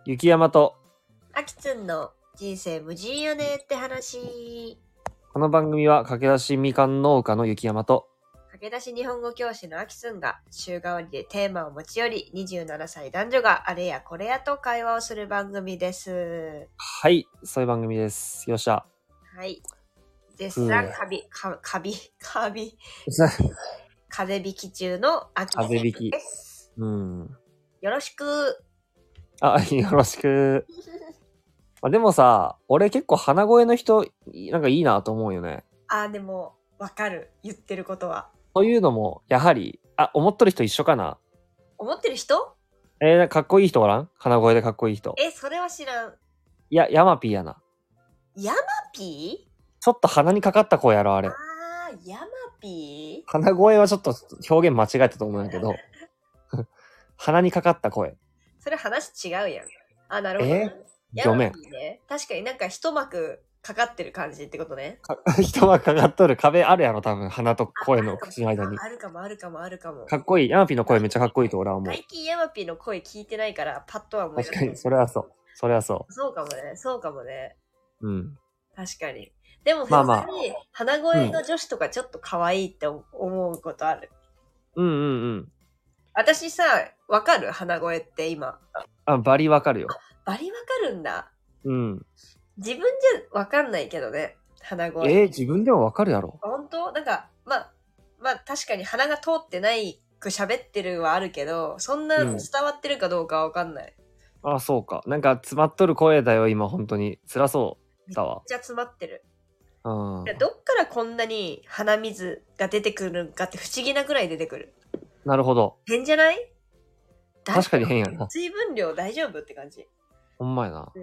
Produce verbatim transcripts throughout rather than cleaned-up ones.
雪山とあきつんの人生無人よねって話。 この番組は駆け出しみかん農家の雪山と駆け出し日本語教師のあきつんが週替わりでテーマを持ち寄りにじゅうななさい男女があれやこれやと会話をする番組です。 はいそういう番組です。よっしゃ。 はい絶賛カビかカビカビ風邪引き中のあきつん風邪引きです。 うんよろしく。 あよろしくあでもさ俺結構鼻声の人なんかいいなと思うよね。 あでもわかる言ってることは。 というのもやはりあ思っとる人一緒かな。 思ってる人えー、かっこいい人おらん？鼻声でかっこいい人。 えそれは知らん。 いやヤマピーやな。 ヤマピーちょっと鼻にかかった声やろあれ。 あーヤマピー鼻声はちょっと表現間違えたと思うんだけど鼻にかかった声。 それ話違うやん。あ、なるほど。 えー、ごめん。 ね、確かになんか一幕かかってる感じってことね。 人はかかっとる壁あるやろ多分鼻と声の口の間に。 あるかもあるかもあるかも。 かっこいい。ヤマピーの声めっちゃかっこいいと俺は思う。 最近ヤマピーの声聞いてないからパッとは思い確かにそれはそう。それはそう。そうかもね。そうかもね。 う。うん。 確かに。でもまあまあ普通に鼻声の女子とかちょっと可愛いって思うことある。 うんうんうん。 私さ、わかる鼻声って今。 あ、バリわかるよ。 バリわかるんだ。 うん。 自分じゃわかんないけどね。鼻声。 えー、自分でもわかるやろ。 本当なんか、まあ、まあ確かに鼻が通ってないく喋ってるはあるけど、そんな伝わってるかどうかはわかんない。 うん、あ、そうか。なんか詰まっとる声だよ今本当に。辛そうだわ。 めっちゃ詰まってる。 うん。 どっからこんなに鼻水が出てくるのかって不思議なくらい出てくる。 なるほど。 変じゃない？ 確かに変やな。 水分量大丈夫って感じ。 ほんまやな。 うん、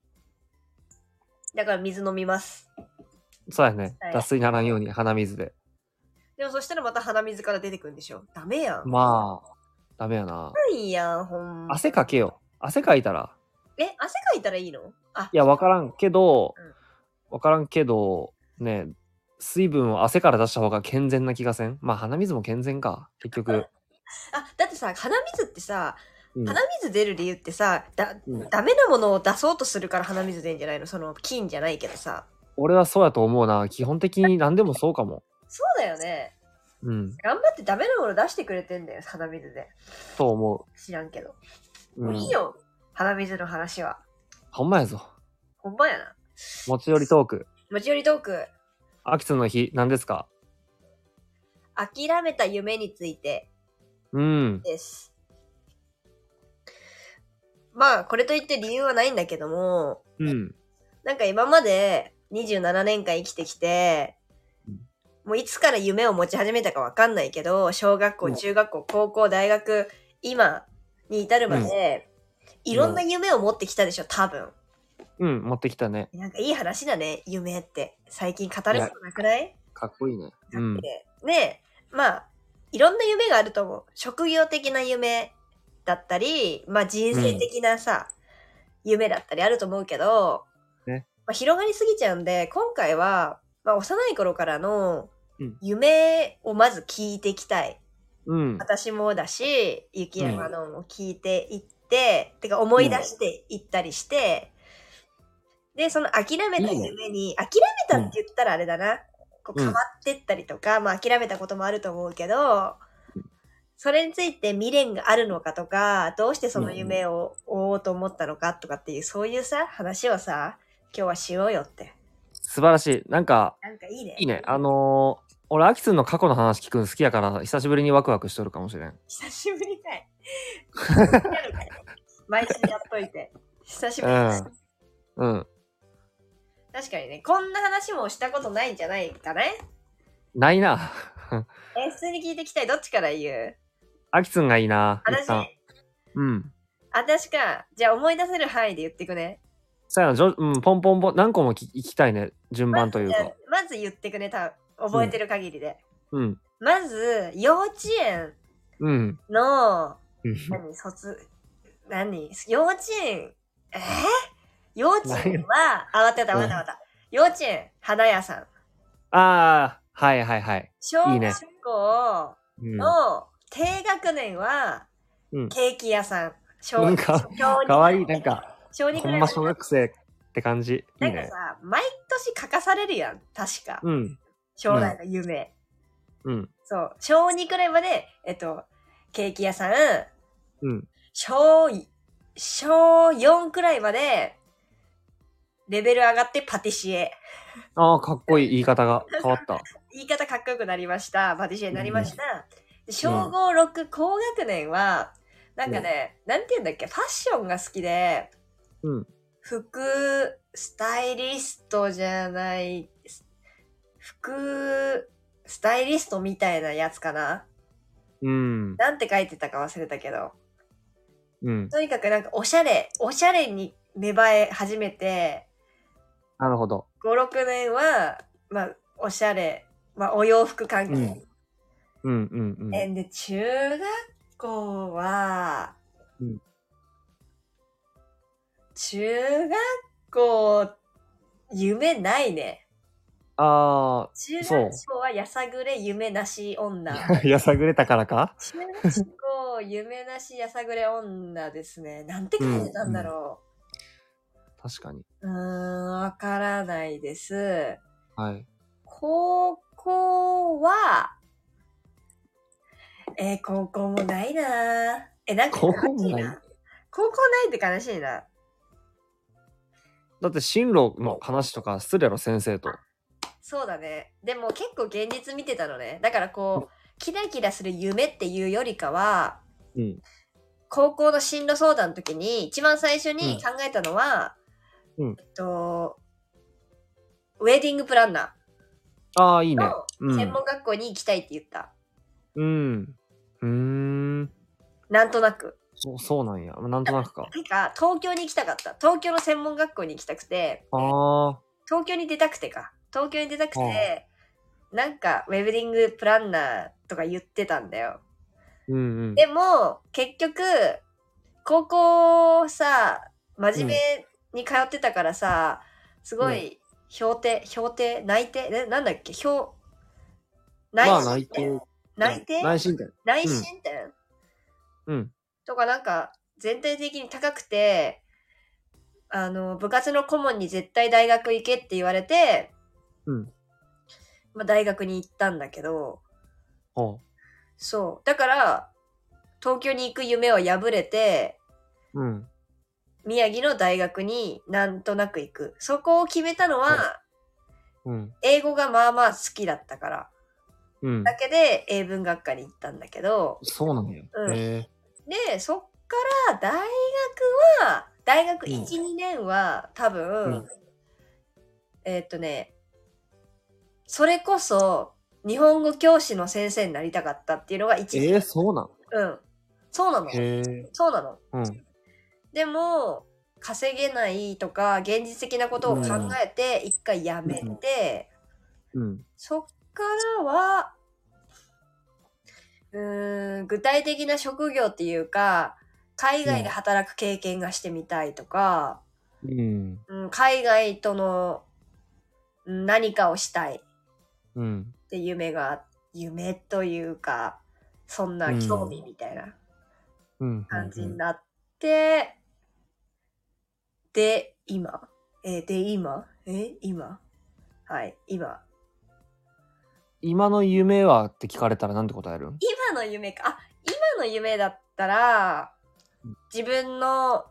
だから水飲みます。 そうやね。脱水ならんように鼻水で。 でもそしたらまた鼻水から出てくるんでしょ。ダメやん。 まあ、ダメやな。 ないやん、ほんま。 汗かけよ。汗かいたら。 え、汗かいたらいいの？あ、 いや、わからんけど、 うん、 わからんけど、ね、水分を汗から出した方が健全な気がせん？まあ、鼻水も健全か、結局。 あ、だってさ、鼻水ってさ、うん、鼻水出る理由ってさ、だ、 うん、 ダメなものを出そうとするから鼻水出るんじゃないの？その菌じゃないけどさ。 俺はそうやと思うな。基本的に何でもそうかも。 そうだよね。 うん。 頑張ってダメなもの出してくれてんだよ、鼻水で。 と思う。 知らんけど。 うん、 もういいよ、鼻水の話は。 ほんまやぞ。 ほんまやな。 持ち寄りトーク。 持ち寄りトーク。 アキツの日、何ですか？ 諦めた夢について。 うん。 です。まあ、これといって理由はないんだけども、 うん。 なんか今までにじゅうななねんかん生きてきて、うん、もういつから夢を持ち始めたかわかんないけど、小学校、中学校、高校、大学、今に至るまで、うん、いろんな夢を持ってきたでしょ、多分。 うん、持ってきたね。 なんかいい話だね、夢って。最近語ることなくない？ かっこいいね。 うん。ねえ、まあ、いろんな夢があると思う。職業的な夢だったり、まあ人生的なさ、うん、夢だったりあると思うけど、 ね、 まあ、広がりすぎちゃうんで、今回は、まあ、幼い頃からの夢をまず聞いていきたい。うん、私もだし、雪山のも聞いていって、うん、てか思い出していったりして、うん、で、その諦めた夢に、いいね、諦めたって言ったらあれだな。こう変わってったりとか、うん、まあ諦めたこともあると思うけど、それについて未練があるのかとか、どうしてその夢を追おうと思ったのかとかっていう、そういうさ、話をさ、今日はしようよって。 素晴らしい。なんか、 なんかいいね。 いいね。あのー、俺、アキツンの過去の話聞くの好きやから、久しぶりにワクワクしとるかもしれん。 久しぶりかい。毎週やっといて。久しぶりです。うん。うん。 確かにね、こんな話もしたことないんじゃないかね。 ないな。 え、普通に聞いてきたい。どっちから言う？ アキツンがいいな。 私？ うん。 私か。じゃあ思い出せる範囲で言ってくね。 そうやな、うん、ポンポンポン、何個も聞きたいね。順番というか。 まず、まず言ってくね、た覚えてる限りで。 うん。 まず、幼稚園の、うん、何、卒、何幼稚園、えー、幼稚園は、あ、わかったわかったわかった。幼稚園、花屋さん。 ああ、はいはいはい。 小学校の低学年は、うん、ケーキ屋さん。 なんか、かわいい、なんか、 小にくほんま小学生って感じ。いいね。 なんかさ、毎年書かされるやん、確か。 うん。 将来の夢。 うん。 そう。小にくらいまで、えっと、ケーキ屋さん。 うん。 小、小よんくらいまで、レベル上がってパティシエ。 ああ、かっこいい言い方が変わった。 言い方かっこよくなりました。パティシエになりました。 うん、 小ご、ろく、高学年は、なんかね、うん、なんて言うんだっけ、ファッションが好きで、 うん、 服、スタイリストじゃない、服、スタイリストみたいなやつかな。 うん。 なんて書いてたか忘れたけど。 うん。 とにかくなんかおしゃれ、おしゃれに芽生え始めて、 なるほど。 ご、ろくねんは、まあ、おしゃれ、まあ、お洋服関係。うん、 うん、うん、うん。 え、で、中学校は、うん、中学校、夢ないね。 ああ、 中学校はやさぐれ夢なし女。 やさぐれたからか中学校夢なしやさぐれ女ですね。なんて書いてたんだろう。 うんうん、確かに。 うーん、わからないです。 はい。 高校は、えー、高校もないなぁ。え、なんか高校もない。 高校ないって悲しいな。 だって進路の話とかするやろ、先生と。 そうだね。でも結構現実見てたのね。だからこう、キラキラする夢っていうよりかは、うん、高校の進路相談の時に一番最初に考えたのは、うん、えっと、ウェディングプランナー。ああ、いいね。 専門学校に行きたいって言った。 うん。うーん。 なんとなく。 そう、そうなんや。なんとなくか。 なんか、東京に行きたかった。東京の専門学校に行きたくて。 ああ。 東京に出たくてか。東京に出たくて、なんか、ウェディングプランナーとか言ってたんだよ。 うんうん、 でも、結局、高校さ、真面目に通ってたからさ、すごい、評定、評定、内定、ね、なんだっけ、評、 内申点。 内定内申点。 内申点、 うん、うん。とかなんか、全体的に高くて、あの、部活の顧問に絶対大学行けって言われて、うん。まあ、大学に行ったんだけど、 はあ、 そう。だから、東京に行く夢は破れて、うん。宮城の大学になんとなく行く。そこを決めたのは、うん。英語がまあまあ好きだったから。うん。だけで英文学科に行ったんだけど。 そうなんだよ。うん。へで、そっから大学は、大学いち、うん、にねんは多分、うん、えー、っとね、それこそ日本語教師の先生になりたかったっていうのが一年。えー、そうなの？ うん。そうなの。そうなの。うん。でも、稼げないとか、現実的なことを考えて、一回やめて、うんうん、そっからは、うーん、具体的な職業っていうか、海外で働く経験がしてみたいとか、うんうん、海外との何かをしたいって夢が、うん、夢というか、そんな興味みたいな感じになって、で、今えー、で、今え今はい、今。 今の夢はって聞かれたら何て答える？ 今の夢か。あ、今の夢だったら、自分の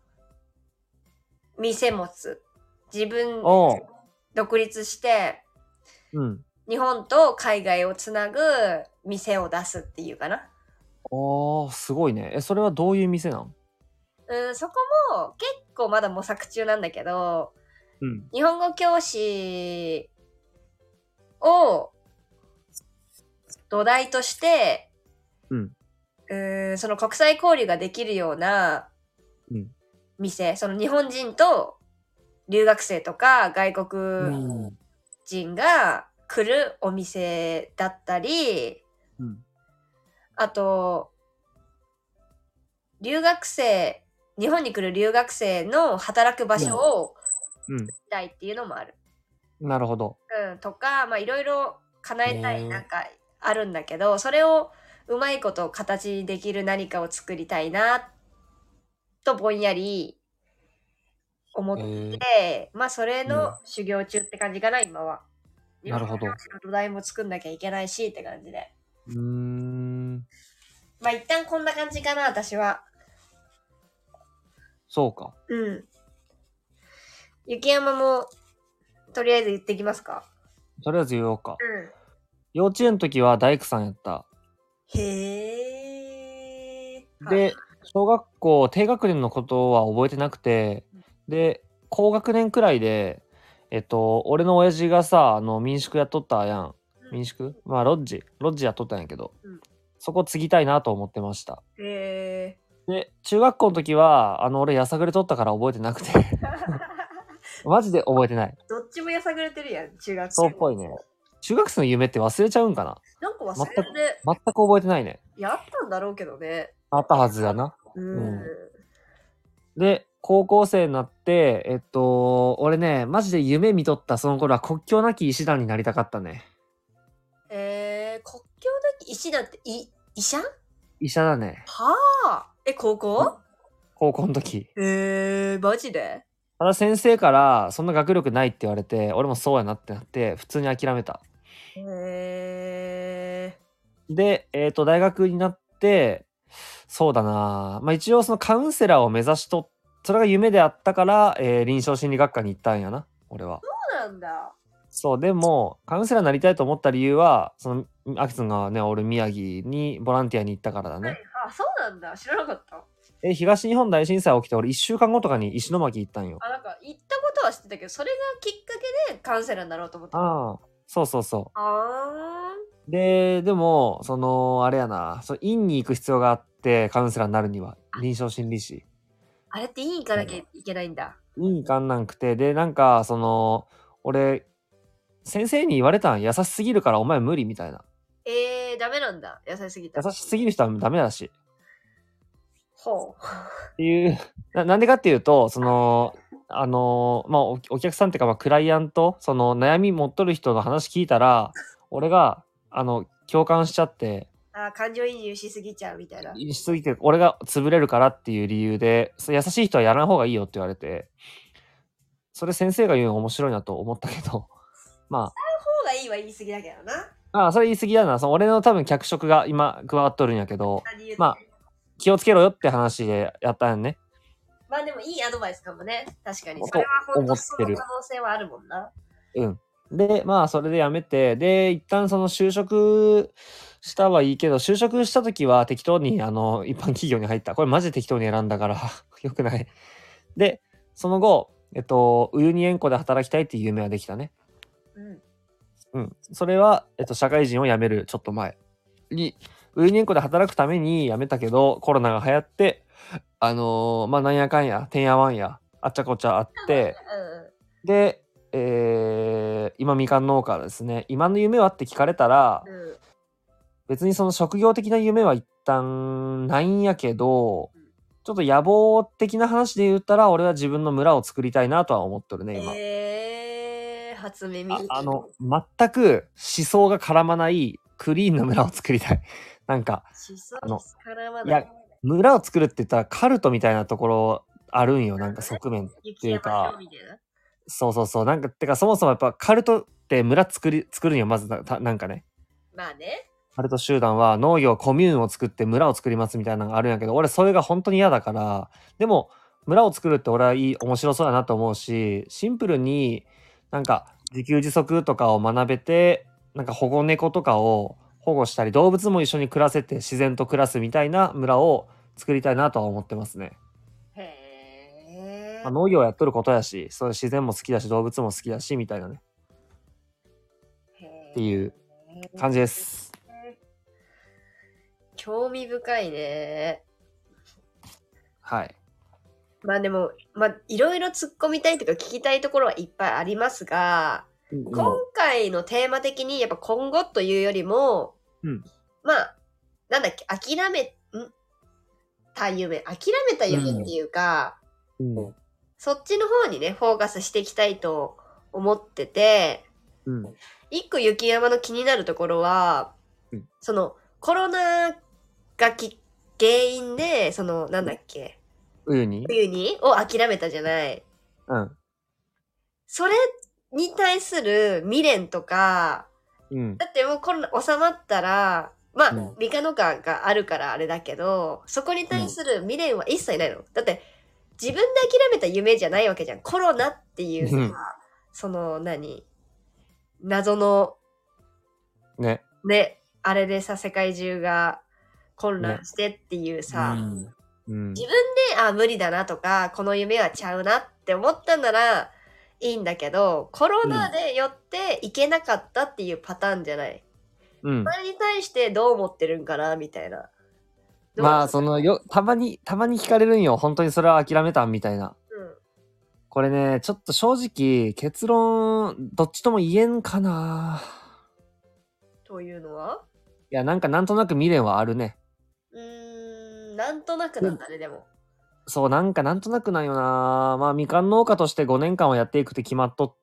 店持つ。自分、独立して、うん、日本と海外をつなぐ店を出すっていうかな。 あー、すごいね。え、それはどういう店なん？ うん、そこも結構まだ模索中なんだけど、うん、日本語教師を土台として、うん、うんその国際交流ができるような店、うん、その日本人と留学生とか外国人が来るお店だったり、うん、あと、留学生、日本に来る留学生の働く場所を作りたいっていうのもある。 うん、なるほど。 うん、とか、まあいろいろ叶えたいなんかあるんだけど、それをうまいこと形にできる何かを作りたいな、とぼんやり思ってて、まあそれの修行中って感じかな、今は。 なるほど。 土台も作んなきゃいけないしって感じで。 うーん。 まあ一旦こんな感じかな、私は。 そうか。 うん。雪山も、とりあえず言ってきますか。 とりあえず言おうか。 うん。 幼稚園の時は大工さんやった。 へえ。 で、小学校低学年のことは覚えてなくて、で、高学年くらいで、えっと、俺の親父がさ、あの、民宿やっとったやん。民宿まあ、ロッジ。ロッジやっとったんやけど、うん、そこ継ぎたいなと思ってました。 へえ。 で、中学校の時は、あの、俺やさぐれとったから覚えてなくて。マジで覚えてない。 どっちもやさぐれてるやん、中学生。 そうっぽいね。中学生の夢って忘れちゃうんかな。 なんか忘れて全く、 全く覚えてないね。 やったんだろうけどね。 あったはずだな。 うん。うん、 で、高校生になって、えっと、俺ね、マジで夢見とったその頃は国境なき医師団になりたかったね。 えー、国境なき医師団って、い、医者医者だね。 はあ。え、高校高校の時。 えー、マジでただ先生から、そんな学力ないって言われて、俺もそうやなってなって、普通に諦めた。 へー。で、えっと、大学になって、そうだなまあ一応そのカウンセラーを目指しと、それが夢であったから、えー、臨床心理学科に行ったんやな、俺は。 そうなんだ。 そう、でも、カウンセラーになりたいと思った理由は、その、アキツンがね、俺宮城にボランティアに行ったからだね。はい、 あ、そうなんだ。知らなかった。 え、東日本大震災起きて俺いっしゅうかんごとかに石巻行ったんよ。 あ、なんか行ったことは知ってたけど、それがきっかけでカウンセラーになろうと思った。 ああ、そうそうそう。 あー。で、でも、その、あれやな、そ院に行く必要があって、カウンセラーになるには、臨床心理士。 あれって院行かなきゃいけないんだ。 院行かんなんくて、で、なんか、その、俺、先生に言われたん、優しすぎるからお前無理みたいな。 えー、ダメなんだ。優しすぎた。 優しすぎる人はダメだし。 ほう。 っていうな、なんでかっていうと、その、あの、まあお、お客さんっていうか、まあ、クライアント、その悩み持っとる人の話聞いたら、俺が、あの、共感しちゃって、 あ、感情移入しすぎちゃうみたいな。 しすぎて、俺が潰れるからっていう理由で、優しい人はやらない方がいいよって言われて、それ先生が言うの面白いなと思ったけど、まあ。 使う方がいいは言い過ぎだけどな。 ああ、それ言い過ぎだな。その俺の多分脚色が今加わっとるんやけど、まあ、気をつけろよって話でやったんやんね。 まあでもいいアドバイスかもね。確かに。それは本当その可能性はあるもんな。 うん。で、まあ、それでやめて、で、一旦その就職したはいいけど、就職した時は適当に、あの、一般企業に入った。これマジで適当に選んだから、よくない。で、その後、えっと、ウユニ塩湖で働きたいっていう夢はできたね。うん。うん。それは、えっと、社会人を辞めるちょっと前に、ウユニ塩湖で働くために辞めたけど、コロナが流行って、あのー、まあ、なんやかんや、てんやわんや、あっちゃこっちゃあって、で、えー、今みかん農家ですね。今の夢はって聞かれたら、うん、別にその職業的な夢は一旦ないんやけど、うん、ちょっと野望的な話で言ったら、俺は自分の村を作りたいなとは思っとるね、今。 えー、初耳。 あ, あの、全く思想が絡まないクリーンな村を作りたい。なんか、あの、いや、村を作るって言ったらカルトみたいなところあるんよ、なんか側面っていうか。そうそうそう。なんか、てかそもそもやっぱカルトって村作り、作るにはまずな、なんかね。 まあね。 カルト集団は農業、コミューンを作って村を作りますみたいなのがあるんやけど、俺それが本当に嫌だから、でも村を作るって俺はいい、面白そうだなと思うし、シンプルになんか自給自足とかを学べて、なんか保護猫とかを保護したり、動物も一緒に暮らせて自然と暮らすみたいな村を作りたいなとは思ってますね。まあ、農業やっとることやし、そういう自然も好きだし、動物も好きだし、みたいなね。っていう感じです。 興味深いね。 はい。 まあでも、まあ、いろいろ突っ込みたいとか聞きたいところはいっぱいありますが、うん、今回のテーマ的にやっぱ今後というよりも、うん、まあ、なんだっけ、諦め、んた夢、諦めた夢っていうか、うんうん、そっちの方にね、フォーカスしていきたいと思ってて、うん、一個雪山の気になるところは、うん、そのコロナがき原因で、そのなんだっけ、 ウユニウユニを諦めたじゃない。 うん。 それに対する未練とか、 うん。 だってもうコロナ収まったら、まあ、うん、理科の科があるからあれだけど、そこに対する未練は一切ないの。だって、自分で諦めた夢じゃないわけじゃん。コロナっていうさ、うん、その何、謎の、 ね。 ね、あれでさ、世界中が混乱してっていうさ、ね、うんうん、自分で、あ、無理だなとか、この夢はちゃうなって思ったんならいいんだけど、コロナでよっていけなかったっていうパターンじゃない。うん。それに対してどう思ってるんかなみたいな。 まあ、そのよ、たまに、たまに聞かれるんよ。本当にそれは諦めたんみたいな。うん。これね、ちょっと正直、結論、どっちとも言えんかな。 というのはいや、なんかなんとなく未練はあるね。 うーん、なんとなくなんだね、でも。 そう、なんかなんとなくなんよな。まあ、みかん農家としてごねんかんはやっていくって決まっとって、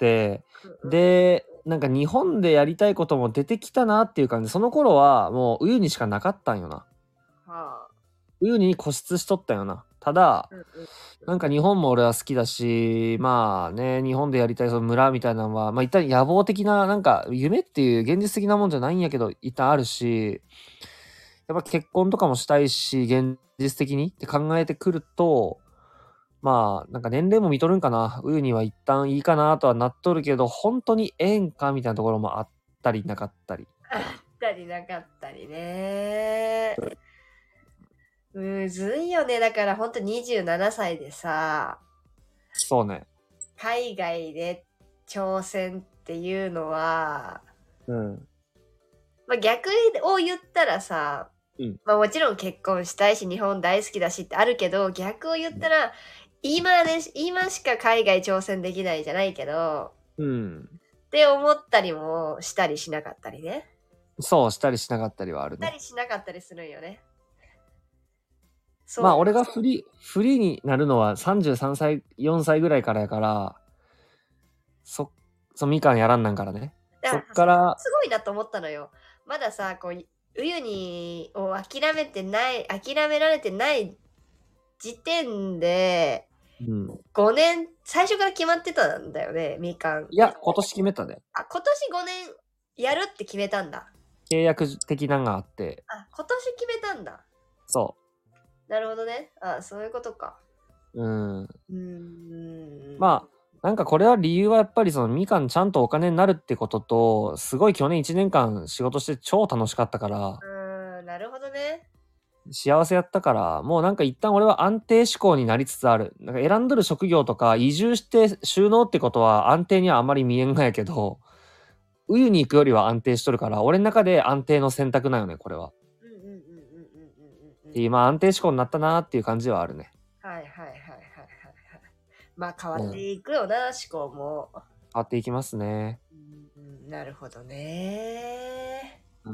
うんうん、で、なんか日本でやりたいことも出てきたなっていう感じ、その頃はもう、ウユにしかなかったんよな。はあ、ウユニに固執しとったよな。ただ、うんうん、なんか日本も俺は好きだし、まあね、日本でやりたいその村みたいなのは、まあ一旦野望的な、なんか夢っていう現実的なもんじゃないんやけど、一旦あるし、やっぱ結婚とかもしたいし、現実的にって考えてくると、まあ、なんか年齢も見とるんかな。ウユニは一旦いいかなとはなっとるけど、本当にええんかみたいなところもあったりなかったり。 あったりなかったりね。むずいよね。だからほんとにじゅうななさいでさ。 そうね。 海外で挑戦っていうのは、うん。まあ逆を言ったらさ、うん、まあもちろん結婚したいし日本大好きだしってあるけど、逆を言ったら、うん、今で、今しか海外挑戦できないじゃないけど、うん。って思ったりもしたりしなかったりね。 そう、したりしなかったりはあるね。 したりしなかったりするんよね。 まあ俺がフリー、フリーになるのはさんじゅうさんさい、よんさいぐらいからやから、そ、そ、みかんやらんなんからね。そっから。 すごいなと思ったのよ。まださ、こう、ウユニを諦めてない、諦められてない時点で、うん、ごねん、最初から決まってたんだよね、みかん。 いや、今年決めたで。 あ、今年ごねんやるって決めたんだ。 契約的なのがあって。 あ、今年決めたんだ。 そう。 なるほどね。あ、そういうことか。 うん。うーん。まあ、なんかこれは理由はやっぱりそのみかんちゃんとお金になるってことと、すごい去年いちねんかん仕事して超楽しかったから。 うーん、なるほどね。 幸せやったから、もうなんか一旦俺は安定志向になりつつある。なんか選んどる職業とか移住して収納ってことは安定にはあまり見えんがやけど、ウユに行くよりは安定しとるから、俺の中で安定の選択なよね、これは。うんうんうんうんうんうん。今安定志向になったなーっていう感じはあるね。 はいはいはいはいはいはい。まあ変わっていくよな、うん、思考も。 変わっていきますね。 うん、なるほどね。 うん。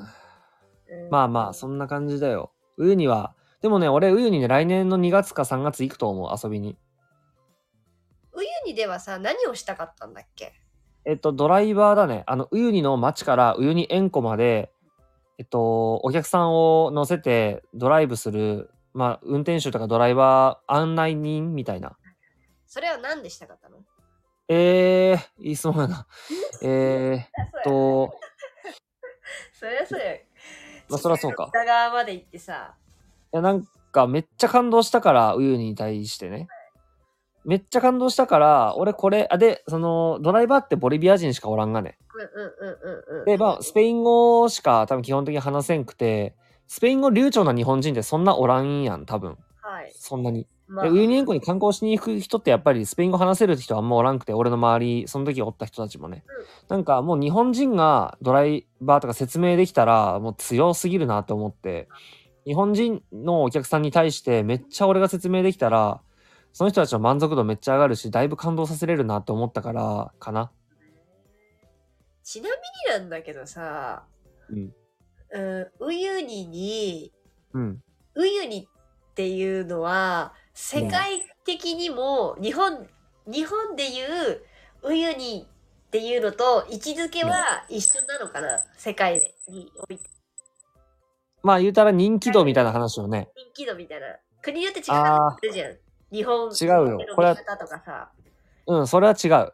まあまあ、そんな感じだよ。ウユには、でもね、俺、ウユにね、来年のにがつかさんがつ行くと思う、遊びに。 ウユニではさ、何をしたかったんだっけ？ えっと、ドライバーだね。あの、ウユニの町からウユニ塩湖まで、えっと、お客さんを乗せてドライブする、まあ、運転手とかドライバー、案内人みたいな。 それは何でしたかったの？ えー、いい質問やな。えーっと、 そりゃそうや。 まあ、そりゃそうか。 北側まで行ってさ。 いや、なんかめっちゃ感動したから、ウユニに対してね。めっちゃ感動したから、俺これ、あ、で、その、ドライバーってボリビア人しかおらんがね。うんうんうんうん。で、まあ、スペイン語しか多分基本的に話せんくて、スペイン語流暢な日本人ってそんなおらんやん、多分。はい。そんなに。まあ、でウユニ塩湖に観光しに行く人ってやっぱりスペイン語話せる人はあんまおらんくて、俺の周り、その時おった人たちもね。うん、なんかもう日本人がドライバーとか説明できたら、もう強すぎるなと思って、日本人のお客さんに対してめっちゃ俺が説明できたら、その人たちの満足度めっちゃ上がるし、だいぶ感動させれるなって思ったから、かな。 ちなみになんだけどさ、うん。うん、ウユニに、うん。ウユニっていうのは、世界的にも、日本、うん、日本でいうウユニっていうのと位置づけは一緒なのかな、うん、世界において。 まあ言うたら人気度みたいな話をね。 人気度みたいな。国によって違うじゃん。日本違うよ。これは、 うん、それは違う。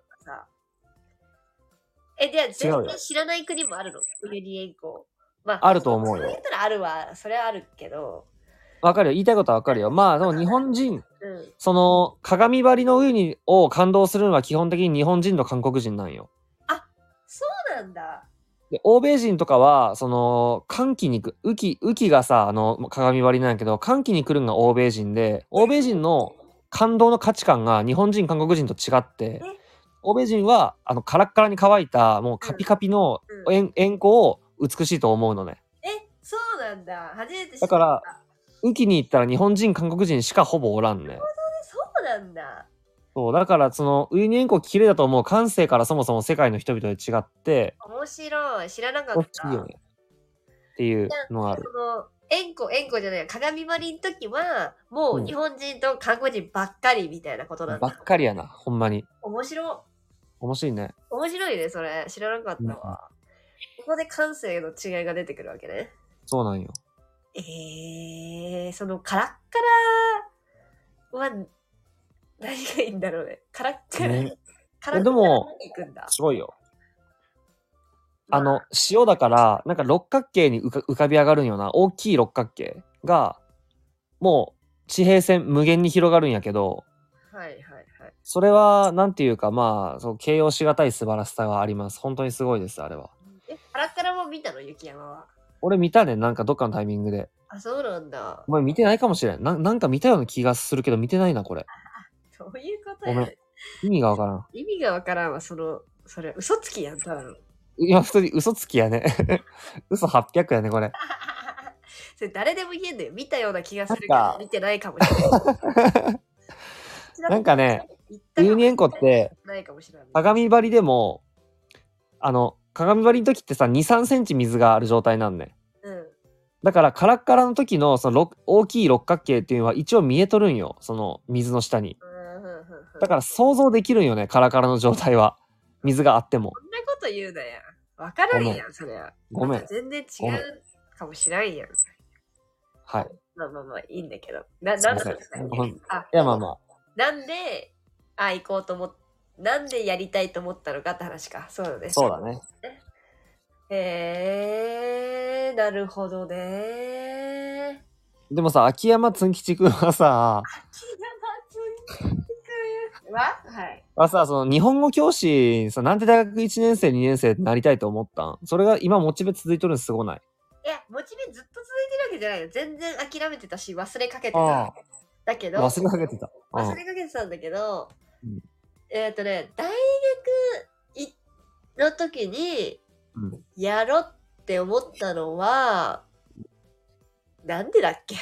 え、じゃあ全然知らない国もあるの？ウユニ塩湖。まあ、 あると思うよ。 そう言ったらあるわ。それはあるけど。 わかるよ。言いたいことはわかるよ。まあ、でも日本人、うん、その、鏡張りのウユニを感動するのは基本的に日本人と韓国人なんよ。 あ、そうなんだ。 で、欧米人とかは、その、寒気にく、雨季、雨季がさ、あの、鏡張りなんやけど、寒気に来るのが欧米人で、欧米人の感動の価値観が日本人、韓国人と違って、欧米人は、あの、カラッカラに乾いた、もうカピカピの円、円弧を美しいと思うのね。 え、そうなんだ。初めて知った。 だから、雨季に行ったら日本人、韓国人しかほぼおらんね。なるほどね、 そうなんだ。 そう、だから、その、ウユニ塩湖綺麗だと思う感性からそもそも世界の人々で違って、 面白い。知らなかった。 いいよね。っていうのがある。 その、塩湖、塩湖じゃない、鏡張りの時は、もう日本人と韓国人ばっかりみたいなことなんだ。 ばっかりやな、ほんまに。 面白い。 面白いね。 面白いね、それ。知らなかったわ。うん、ここで感性の違いが出てくるわけね。 そうなんよ。 えー、そのカラッカラは何がいいんだろうね。カラッカラ。 ね、 カラッカラでも、すごいよ。あの、塩だから、なんか六角形に浮か浮かび上がるんよな。大きい六角形が、もう地平線無限に広がるんやけど、 はいはいはい。 それは、なんていうか、まあ、そう、形容しがたい素晴らしさがあります。本当にすごいです、あれは。 え、カラッカラも見たの、雪山は。 俺見たね、なんかどっかのタイミングで。 あ、そうなんだ。 お前見てないかもしれん。な、なんか見たような気がするけど、見てないな、これ。 どういうことや。 ごめん。意味がわからん。 意味がわからんわ、その、それ、嘘つきやん、ただの。 いや、普通に嘘つきやね。嘘はっぴゃくやね、これ。 それ誰でも言えんのよ。見たような気がするけど、見てないかもしれない。 なんかね、ウユニ塩湖って、鏡張りでも、あの、鏡張りの時ってさ、に、さんセンチ水がある状態なんね。うん。だから、カラッカラの時の、その、大きい六角形っていうのは一応見えとるんよ。その、水の下に。だから想像できるんよね、カラカラの状態は。水があっても。 そんなこと言うなや。わからんやん、それは。 ごめん。 全然違うかもしらんやん。 はい。 まあまあまあ、いいんだけど。な、なんだろう。 あ、いやまあまあ。 なんで、あ、行こうと思っ、なんでやりたいと思ったのかって話か。そうだね。 そうだね。 へえー、なるほどね。 でもさ、秋山つんきちくんはさ、 秋山つんきちくんははい。 はさ、その日本語教師さ、なんで大学いちねん生、にねん生になりたいと思ったん？それが今モチベ続いとるのすごない？ いや、モチベずっと続いてるわけじゃないよ。全然諦めてたし、忘れかけてた。だけど、 忘れかけてた。 忘れかけてたんだけど、うん、えっ、ー、とね、大学の時に、やろって思ったのは、うん、なんでだっけ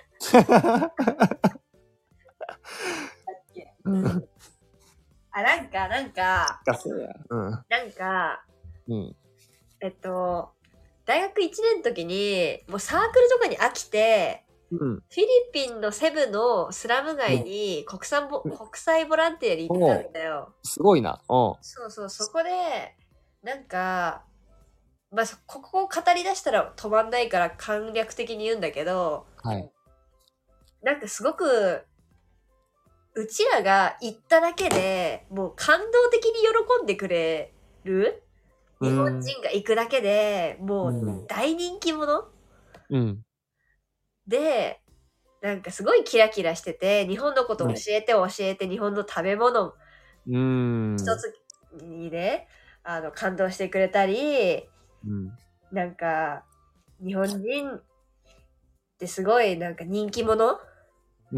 あ、なんか、なんか、うん、なんか、うん、えっと、大学いちねんの時に、もうサークルとかに飽きて、うん、フィリピンのセブのスラム街に国際ボ、うん、国際ボランティアに行ったんだよ。 すごいな。 そうそう、そこで、なんか、まあ、ここを語り出したら止まんないから簡略的に言うんだけど、はい、なんかすごく、うちらが行っただけでもう感動的に喜んでくれる日本人が行くだけで、うん、もう大人気者、うん、で、なんかすごいキラキラしてて、日本のこと教えて教えて、うん、日本の食べ物一つにね、あの感動してくれたり、うん、なんか日本人ってすごいなんか人気者、うん、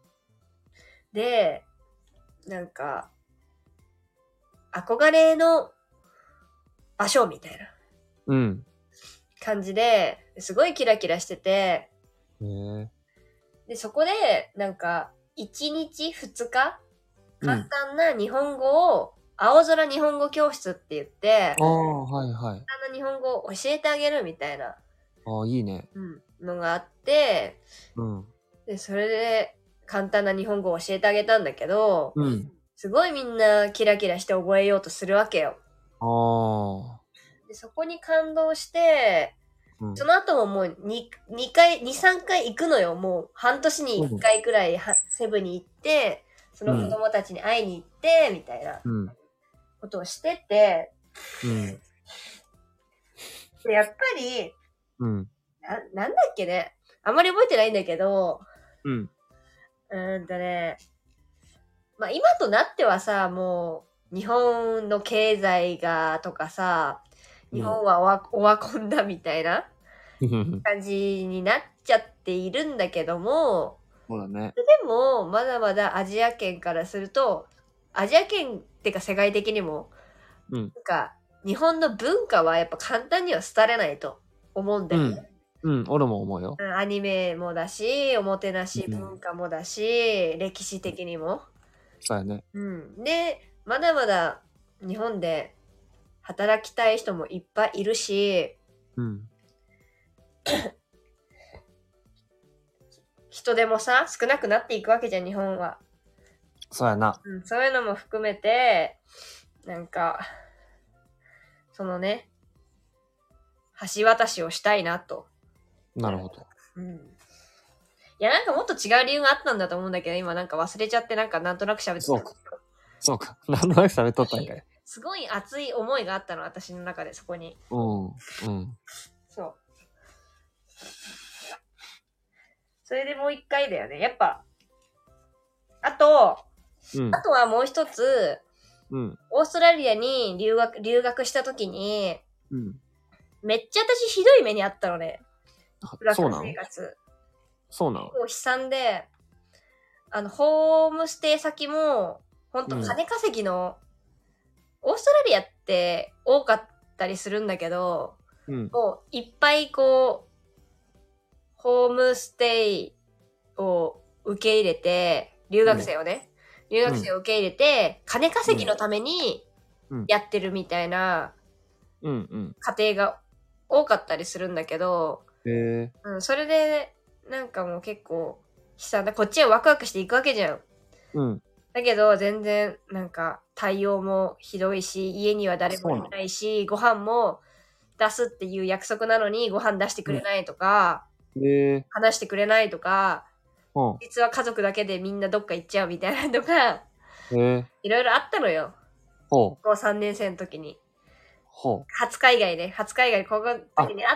で、なんか憧れの場所みたいな感じで、すごいキラキラしてて、うん、でそこでなんかいちにちふつか簡単な日本語を、うん、青空日本語教室って言って、 ああ、はいはい。 あの日本語を教えてあげるみたいな。 ああ、いいね。 うん。のがあって、うん。で、それで簡単な日本語を教えてあげたんだけど、うん。すごいみんなキラキラして覚えようとするわけよ。ああ。で、そこに感動して、うん、その後ももう 2, 2回、に、さんかい行くのよ。もう半年にいっかいくらいセブに行って、 その子供たちに会いに行って、みたいなことをしてて、うん、でやっぱり、うん、な、なんだっけね。あんまり覚えてないんだけど、うん。うーんとね、まあ今となってはさ、もう、日本の経済がとかさ、日本はオワ、オワコンだみたいな感じになっちゃっているんだけども、 そうだね。 でも、まだまだアジア圏からすると、アジア圏ってか世界的にも、うん、なんか、日本の文化はやっぱ簡単には廃れないと思うんだよね。 うん、うん、俺も思うよ。 アニメもだし、おもてなし文化もだし、うん、歴史的にも。 そうやね。 うん。で、まだまだ日本で働きたい人もいっぱいいるし、うん。人手もさ、少なくなっていくわけじゃん、日本は。 そうやな。 うん、そういうのも含めて、なんか、そのね、橋渡しをしたいなと。 なるほど。 うん。いや、なんかもっと違う理由があったんだと思うんだけど、今なんか忘れちゃって、なんかなんとなく喋ってた。 そうか。そうか。なんとなく喋っとったんかい。 すごい熱い思いがあったの、私の中で、そこに。 うん。うん。 そう。それでもう一回だよね。やっぱ、あと、うん、あとはもう一つ、うん、オーストラリアに留学、留学したときに、うん、めっちゃ私ひどい目にあったのね。 そうなの？そうなの？ 結構悲惨で、あの、ホームステイ先も、ほんと金稼ぎの、うん、オーストラリアって多かったりするんだけど、うん、もういっぱいこう、ホームステイを受け入れて、留学生をね、うん、留学生を受け入れて、うん、金稼ぎのためにやってるみたいな家庭が多かったりするんだけど、 へうん、それでなんかもう結構悲惨だ。こっちはワクワクしていくわけじゃん。うん、だけど全然なんか対応もひどいし、家には誰もいないし、ご飯も出すっていう約束なのにご飯出してくれないとか、うん、話してくれないとか、うん、実は家族だけでみんなどっか行っちゃうみたいなとか、いろいろあったのよ。高校さんねん生の時に。ほう。初海外ね。初海外高校の時にあって、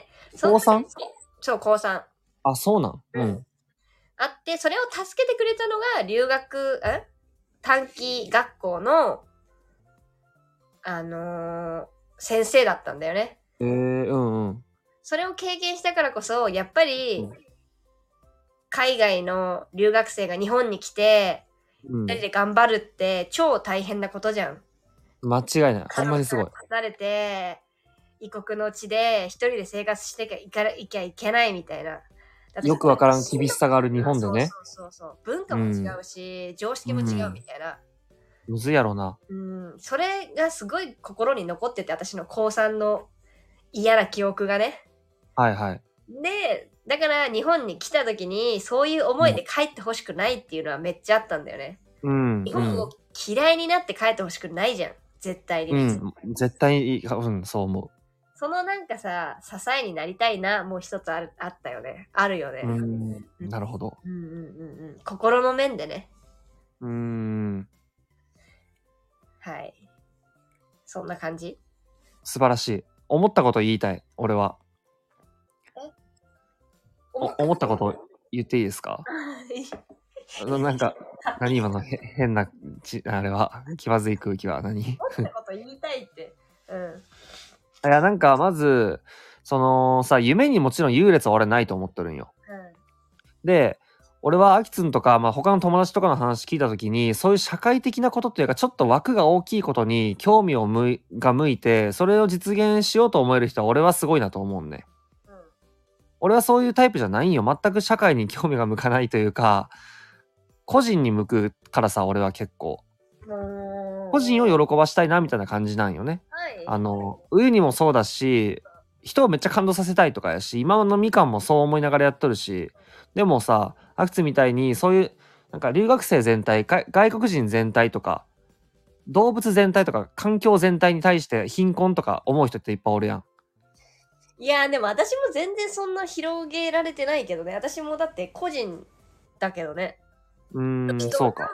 高 さん？ そう、高さん。 あ、そうなん。うん。 あって、それを助けてくれたのが留学、え短期学校の、あのー、先生だったんだよね。 えー、うんうん。 それを経験したからこそ、やっぱり、うん、海外の留学生が日本に来て、うん、二人で頑張るって超大変なことじゃん。 間違いない。ほんまにすごい。 離れて、異国の地で一人で生活していかいきゃいけないみたいな。 よくわからん厳しさがある日本でね。 そうそうそう。文化も違うし、うん、常識も違うみたいな。 むずいやろな。 うん。それがすごい心に残ってて、私の高さんの嫌な記憶がね。 はいはい。 で、だから日本に来た時にそういう思いで帰ってほしくないっていうのはめっちゃあったんだよね。うん。日本を嫌いになって帰ってほしくないじゃん。絶対に。 うん。絶対に、うん、そう思う。 そのなんかさ、支えになりたいな、もう一つある、あったよね。あるよね。 うん。なるほど。 うんうんうんうん。心の面でね。 うーん。 はい。そんな感じ。 素晴らしい。思ったこと言いたい、俺は。え思ったこと言っていいですか？なんか、何今のへ変なち、あれは、気まずい空気は何？ 思ったこと言いたいって。うん。 いや、なんか、まず、そのさ、夢にもちろん優劣は俺ないと思っとるんよ。うん、で、俺はアキツンとか、まあ、他の友達とかの話聞いたときに、そういう社会的なことっていうか、ちょっと枠が大きいことに興味を向いが向いて、それを実現しようと思える人は俺はすごいなと思うんね。うん、俺はそういうタイプじゃないんよ。全く社会に興味が向かないというか、個人に向くからさ、俺は結構。個人を喜ばしたいなみたいな感じなんよね。はい、あの、ウユにもそうだし、人をめっちゃ感動させたいとかやし、今のみかんもそう思いながらやっとるし、でもさ、アクツみたいにそういう、なんか留学生全体、外国人全体とか、動物全体とか、環境全体に対して貧困とか思う人っていっぱいおるやん。 いやーでも私も全然そんな広げられてないけどね。私もだって個人だけどね。 うーん、そうか。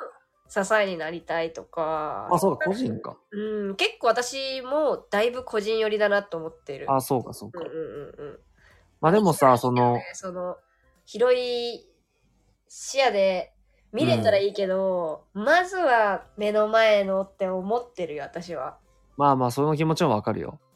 支えになりたいとか。 あ、そうか、個人か。 うん、結構私もだいぶ個人寄りだなと思ってる。 あ、そうか、そうか。 うんうんうんうん。 まあでもさ、その、 その、広い視野で見れたらいいけど、うん、まずは目の前のって思ってるよ、私は。 まあまあ、その気持ちもわかるよ。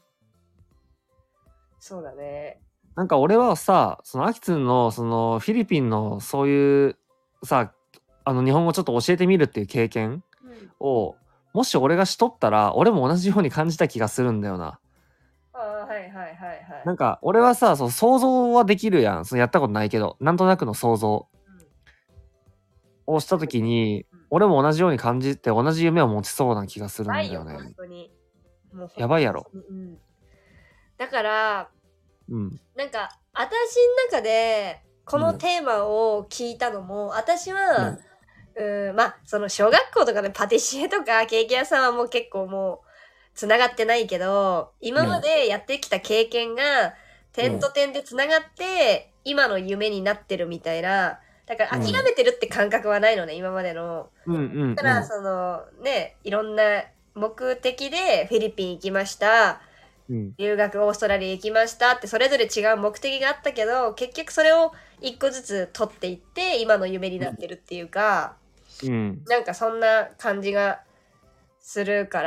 そうだね。 なんか俺はさ、そのアキツンの、そのフィリピンのそういうさ、あの日本語ちょっと教えてみるっていう経験を、うん、もし俺がしとったら、俺も同じように感じた気がするんだよな。 ああ、はいはいはいはい。 なんか俺はさ、そう想像はできるやん。そのやったことないけど、なんとなくの想像をしたときに、うん、俺も同じように感じて同じ夢を持ちそうな気がするんだよね。 本当に。 もうやばいやろ。 うん、だから、 うん、 なんか私の中でこのテーマを聞いたのも、うん、私は、うんうん、まあその小学校とかでパティシエとかケーキ屋さんはもう結構もうつながってないけど、今までやってきた経験が点と点でつながって今の夢になってるみたいな、だから諦めてるって感覚はないのね、今までの。 うんうんうん、 だからそのね、いろんな目的でフィリピン行きました。うん、留学オーストラリア行きましたってそれぞれ違う目的があったけど、結局それを一個ずつ取っていって今の夢になってるっていうか、うん、なんかそんな感じがするから、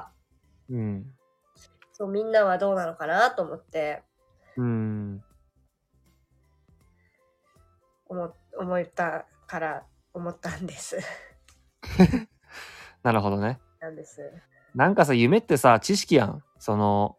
うん、そうみんなはどうなのかなと思って、うん、思思ったから思ったんですなるほどね。 なんです。 なんかさ、夢ってさ、知識やん。その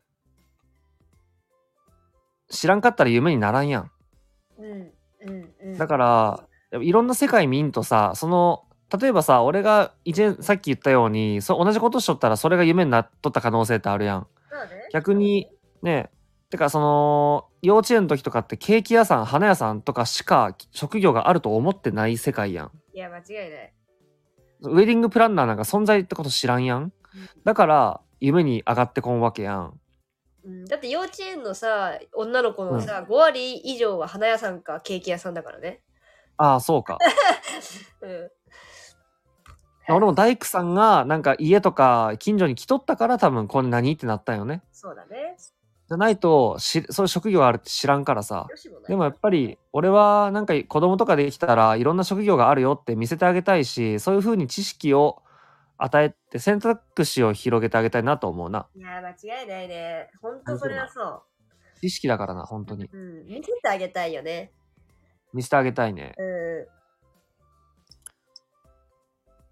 知らんかったら夢にならんやん。 うんうんうん。 だからいろんな世界見んとさ、その例えばさ、俺が以前さっき言ったように、そ同じことしとったらそれが夢になっとった可能性ってあるやん。 そうね、 逆にね、てかその幼稚園の時とかってケーキ屋さん、花屋さんとかしか職業があると思ってない世界やん。 いや間違いない。 ウェディングプランナーなんか存在ってこと知らんやん。うん、だから夢に上がってこんわけやん。 うん、だって幼稚園のさ、女の子のさ、うん、ご割以上は花屋さんかケーキ屋さんだからね。 ああ、そうか。うん、俺も大工さんがなんか家とか近所に来とったから多分これ何ってなったんよね。 そうだね。 じゃないとしそういう職業あるって知らんからさ。でもやっぱり俺はなんか子供とかできたらいろんな職業があるよって見せてあげたいし、そういう風に知識を与えて選択肢を広げてあげたいなと思うな。 いや間違いないね。本当それはそう。 知識だからな、本当に。 うん、見せてあげたいよね。 見せてあげたいね。 うん。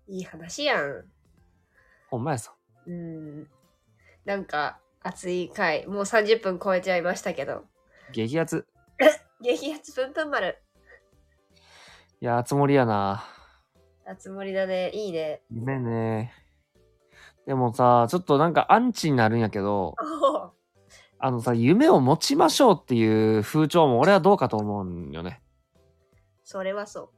いい話やん。 ほんまやさ。 うん。なんか熱い回、もうさんじゅっぷん超えちゃいましたけど。 激アツ。 激アツぷんぷん丸。 いや、つもりやな。 あつ森だね。いいね。 夢ね。でもさ、ちょっとなんかアンチになるんやけど、あのさ、夢を持ちましょうっていう風潮も俺はどうかと思うんよね。 それはそう。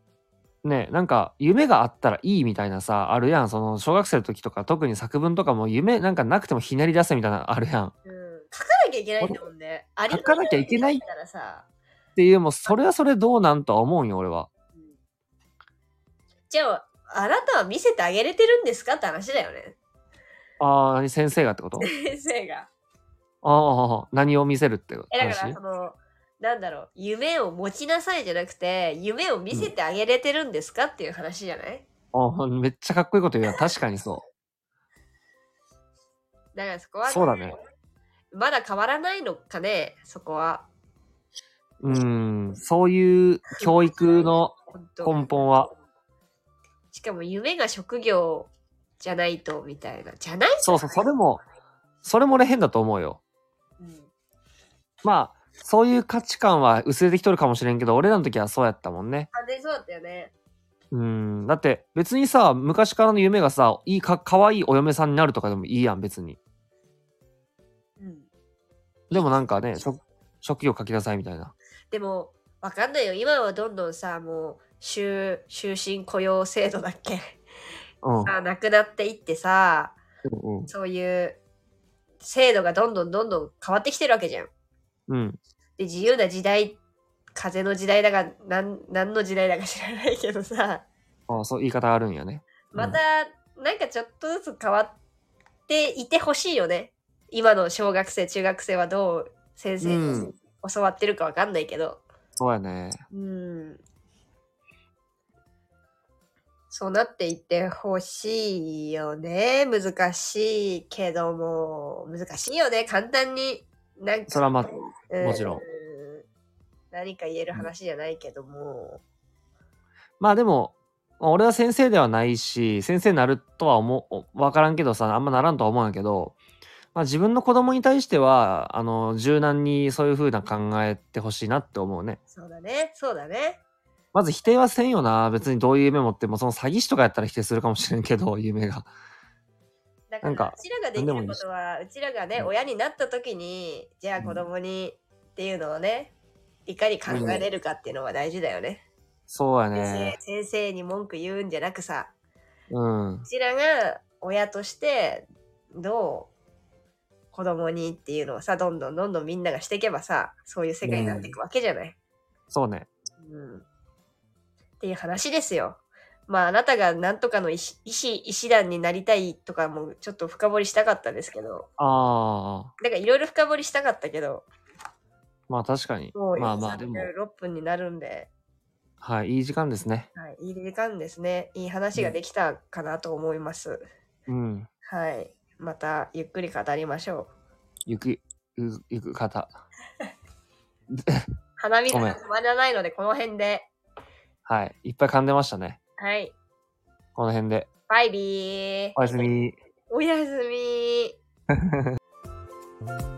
ね、なんか夢があったらいいみたいなさ、あるやん。その小学生の時とか特に作文とかも夢なんかなくてもひねり出せみたいなあるやん。うん。 書かなきゃいけないんだもんね。 書かなきゃいけないっていう、もうそれはそれどうなんとは思うんよ、俺は。 じゃあ、あなたは見せてあげれてるんですかって話だよね。 ああ、先生がってこと？ 先生が。 ああ、何を見せるって話？ え、だからその、なんだろう、夢を持ちなさいじゃなくて、夢を見せてあげれてるんですか、うん、っていう話じゃない？ ああ、めっちゃかっこいいこと言うやん。確かにそう。 だからそこは、ね、 そうだね。 まだ変わらないのかね、そこは。 うーん、そういう教育の根本は。 しかも夢が職業じゃないとみたいな。じゃない？ そうそう、それも、それも俺変だと思うよ。うん、まあ、そういう価値観は薄れてきとるかもしれんけど、俺らの時はそうやったもんね。 あ、で、そうだったよね。 うん、だって別にさ、昔からの夢がさ、いいか、かわいいお嫁さんになるとかでもいいやん、別に。うん。でもなんかね、職業書きなさいみたいな。 でも、わかんないよ。今はどんどんさ、もう、終、終身雇用制度だっけ、うん、さ、なくなっていってさ、うんうん、そういう制度がどんどんどんどん変わってきてるわけじゃん。うん。で、自由な時代、風の時代だが、なん、何の時代だか知らないけどさ。 ああ、そう言い方あるんやね。 また、なんかちょっとずつ変わっていてほしいよね。今の小学生、中学生はどう先生に教わってるかわかんないけど。 そうやね。 うん。そうなっていってほしいよね。難しいけども、難しいよね。簡単に、なんか。 それはまあ、うん、もちろん。 何か言える話じゃないけども。うん、 まあでも、俺は先生ではないし、先生になるとは思う、わからんけどさ、あんまならんとは思うんやけど、まあ自分の子供に対しては、あの、柔軟にそういう風な考えてほしいなって思うね。 そうだね、そうだね。 まず否定はせんよな。別にどういう夢持っても、その詐欺師とかやったら否定するかもしれんけど、夢が。 だから、うちらができることは、うちらがね、 うん、 親になった時に、じゃあ子供にっていうのをね、いかに考えれるかっていうのは大事だよね。うん、 そうやね。 先生、先生に文句言うんじゃなくさ、 うん。 うちらが親として、どう子供にっていうのをさ、どんどんどんどんみんながしていけばさ、そういう世界になっていくわけじゃない。うん、 そうね。 うん。っていう話ですよ。まああなたがなんとかの医師、医師、医師団になりたいとかもちょっと深掘りしたかったですけど。 ああ。 だからいろいろ深掘りしたかったけど。 まあ確かに。まあまあでも。 ろっぷんになるんで。 はい、いい時間ですね。 はい、いい時間ですね。いい話ができたかなと思います。 うん。 はい。またゆっくり語りましょう。 ゆく、ゆ、ゆく方。 鼻水が止まらないのでこの辺で。 はい。いっぱい噛んでましたね。 はい。 この辺で。 バイビー。 おやすみ。 おやすみ。